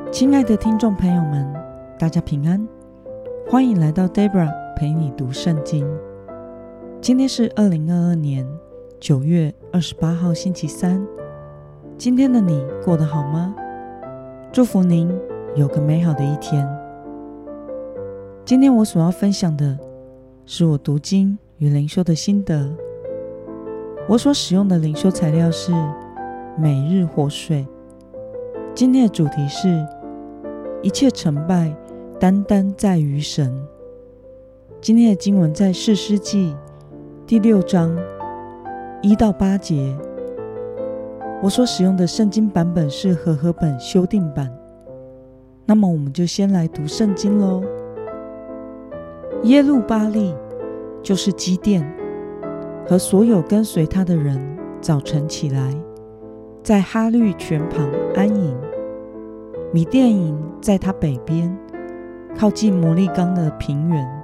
亲爱的听众朋友们，大家平安，欢迎来到 Debra 陪你读圣经。今天是2022年9月28号星期三。今天的你过得好吗？祝福您有个美好的一天。今天我所要分享的是我读经与灵修的心得。我所使用的灵修材料是每日活水。今天的主题是一切成败单单在于神。今天的经文在士师记第6章1到8节。我所使用的圣经版本是和合本修订版。那么我们就先来读圣经咯。耶路巴力就是基甸和所有跟随他的人早晨起来，在哈律泉旁安营。米甸营在他北边，靠近摩利冈的平原。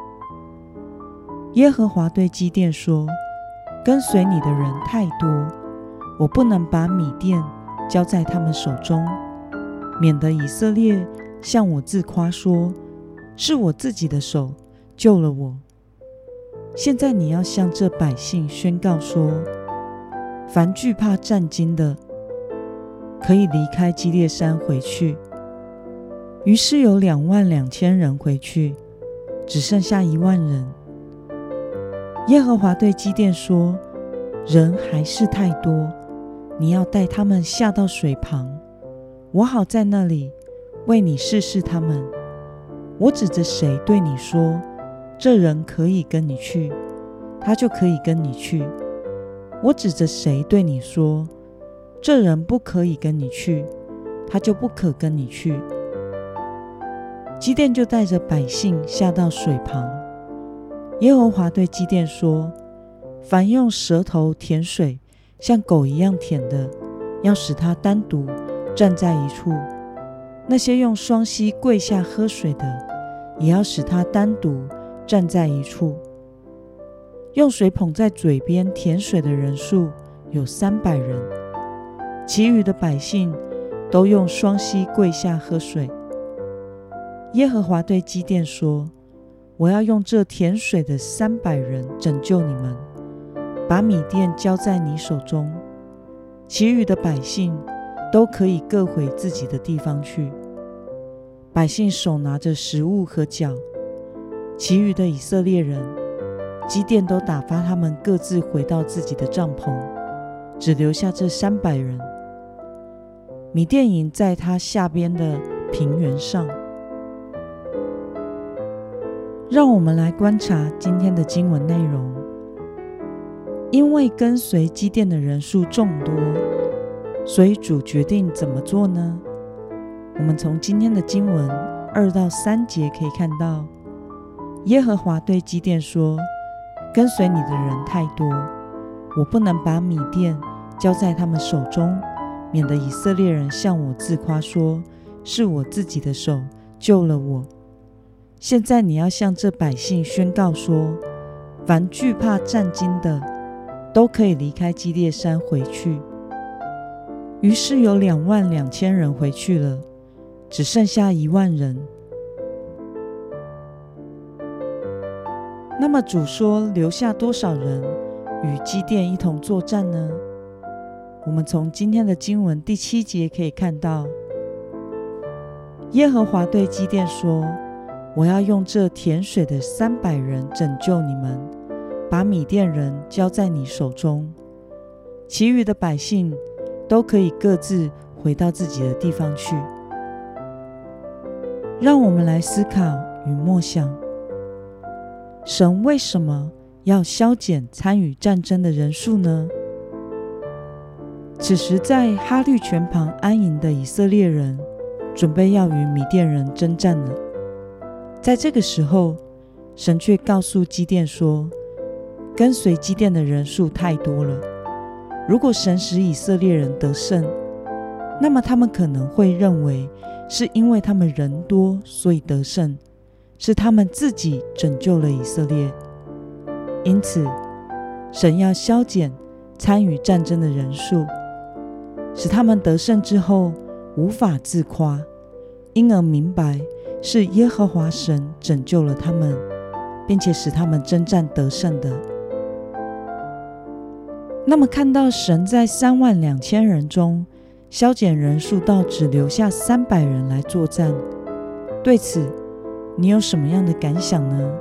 耶和华对基甸说：跟随你的人太多，我不能把米甸交在他们手中，免得以色列向我自夸说，是我自己的手救了我。现在你要向这百姓宣告说，凡惧怕战惊的，可以离开基列山回去。于是有22000人回去，只剩下1万人。耶和华对基甸说：人还是太多，你要带他们下到水旁，我好在那里为你试试他们。我指着谁对你说，这人可以跟你去，他就可以跟你去。我指着谁对你说，这人不可以跟你去，他就不可跟你去。基甸就带着百姓下到水旁。耶和华对基甸说：凡用舌头舔水像狗一样舔的，要使他单独站在一处；那些用双膝跪下喝水的，也要使他单独站在一处。用水捧在嘴边舔水的人数有300人，其余的百姓都用双膝跪下喝水。耶和华对基甸说：我要用这舔水的300人拯救你们，把米甸交在你手中，其余的百姓都可以各回自己的地方去。百姓手拿着食物和角，其余的以色列人，基甸都打发他们各自回到自己的帐篷，只留下这300人。米甸营在他下边的平原上。让我们来观察今天的经文内容。因为跟随基甸的人数众多，所以主决定怎么做呢？我们从今天的经文2到3节可以看到，耶和华对基甸说：跟随你的人太多，我不能把米甸交在他们手中，免得以色列人向我自夸说，是我自己的手救了我。现在你要向这百姓宣告说，凡惧怕战惊的，都可以离开基列山回去。于是有22000人回去了，只剩下1万人。那么主说留下多少人与基甸一同作战呢？我们从今天的经文第7节可以看到，耶和华对基甸说：我要用这舔水的300人拯救你们，把米甸人交在你手中，其余的百姓都可以各自回到自己的地方去。让我们来思考与默想，神为什么要削减参与战争的人数呢？此时在哈律泉旁安营的以色列人准备要与米甸人征战了。在这个时候，神却告诉基甸说，跟随基甸的人数太多了，如果神使以色列人得胜，那么他们可能会认为是因为他们人多所以得胜，是他们自己拯救了以色列。因此神要削减参与战争的人数，使他们得胜之后无法自夸， 因而明白是耶和华神拯救了他们，并且使他们征战得胜的。那么看到神在32000人中削减人数到只留下300人来作战，对此你有什么样的感想呢？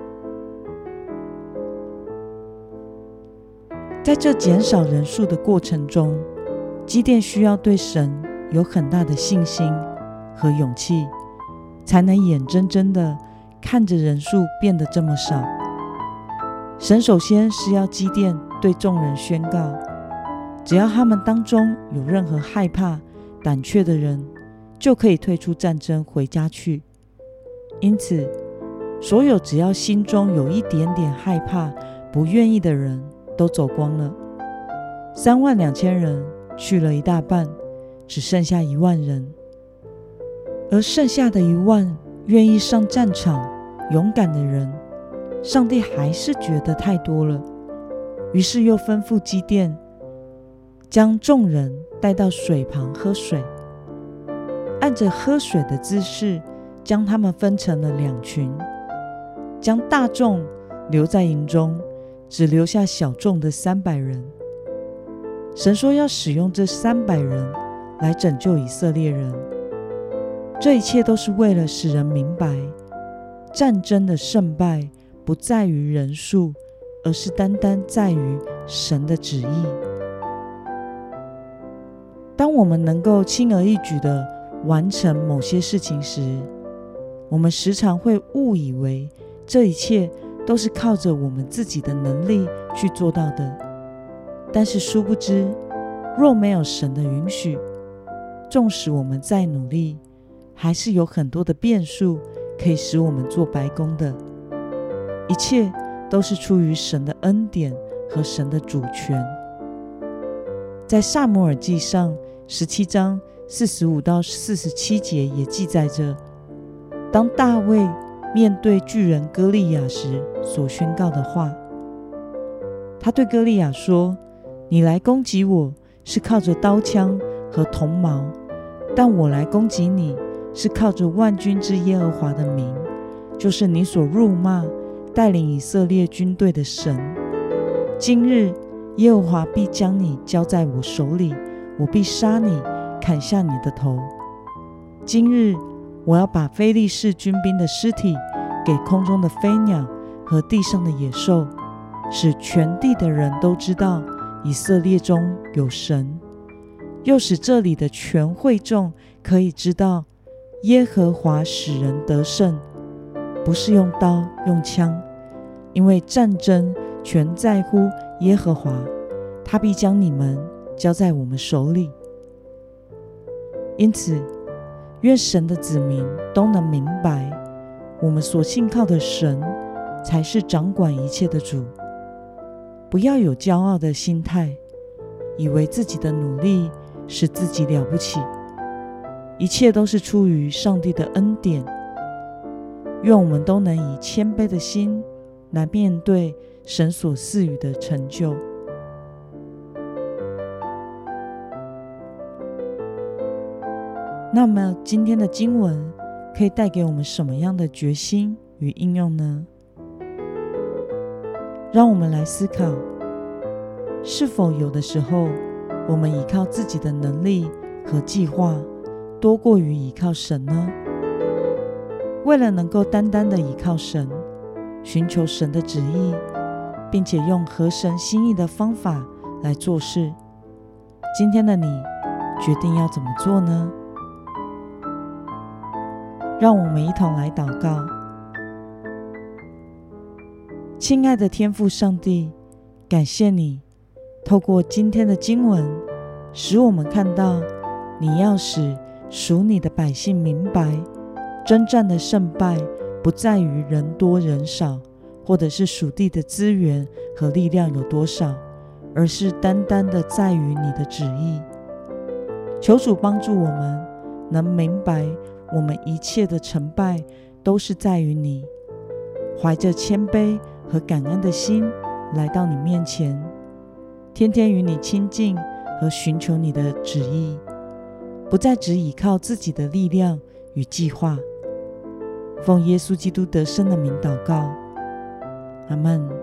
在这减少人数的过程中，基甸需要对神有很大的信心和勇气，才能眼睁睁地看着人数变得这么少。神首先是要基甸对众人宣告，只要他们当中有任何害怕、胆怯的人，就可以退出战争回家去。因此，所有只要心中有一点点害怕、不愿意的人都走光了。32000人去了一大半，只剩下1万人，而剩下的1万愿意上战场、勇敢的人，上帝还是觉得太多了，于是又吩咐基甸将众人带到水旁喝水，按着喝水的姿势将他们分成了2群，将大众留在营中，只留下小众的300人。神说要使用这300人来拯救以色列人，这一切都是为了使人明白，战争的胜败不在于人数，而是单单在于神的旨意。当我们能够轻而易举地完成某些事情时，我们时常会误以为这一切都是靠着我们自己的能力去做到的。但是殊不知，若没有神的允许，纵使我们再努力，还是有很多的变数可以使我们做白工的。一切都是出于神的恩典和神的主权。在撒母耳记上17章45到47节也记载着，当大卫面对巨人歌利亚时所宣告的话。他对歌利亚说，你来攻击我是靠着刀枪和铜矛，但我来攻击你是靠着万军之耶和华的名，就是你所辱骂带领以色列军队的神。今日耶和华必将你交在我手里，我必杀你，砍下你的头。今日我要把非利士军兵的尸体给空中的飞鸟和地上的野兽，使全地的人都知道以色列中有神，又使这里的全会众可以知道耶和华使人得胜，不是用刀用枪，因为战争全在乎耶和华，他必将你们交在我们手里。因此，愿神的子民都能明白，我们所信靠的神才是掌管一切的主。不要有骄傲的心态，以为自己的努力使自己了不起，一切都是出于上帝的恩典。愿我们都能以谦卑的心来面对神所赐予的成就。那么今天的经文可以带给我们什么样的决心与应用呢？让我们来思考，是否有的时候我们依靠自己的能力和计划多过于依靠神呢？为了能够单单的依靠神，寻求神的旨意，并且用合神心意的方法来做事，今天的你决定要怎么做呢？让我们一同来祷告。亲爱的天父上帝，感谢你透过今天的经文，使我们看到你要使属你的百姓明白，征战的胜败不在于人多人少，或者是属地的资源和力量有多少，而是单单的在于你的旨意。求主帮助我们能明白，我们一切的成败都是在于你，怀着谦卑和感恩的心来到你面前，天天与你亲近和寻求你的旨意，不再只倚靠自己的力量与计划。奉耶稣基督得胜的名祷告，阿们。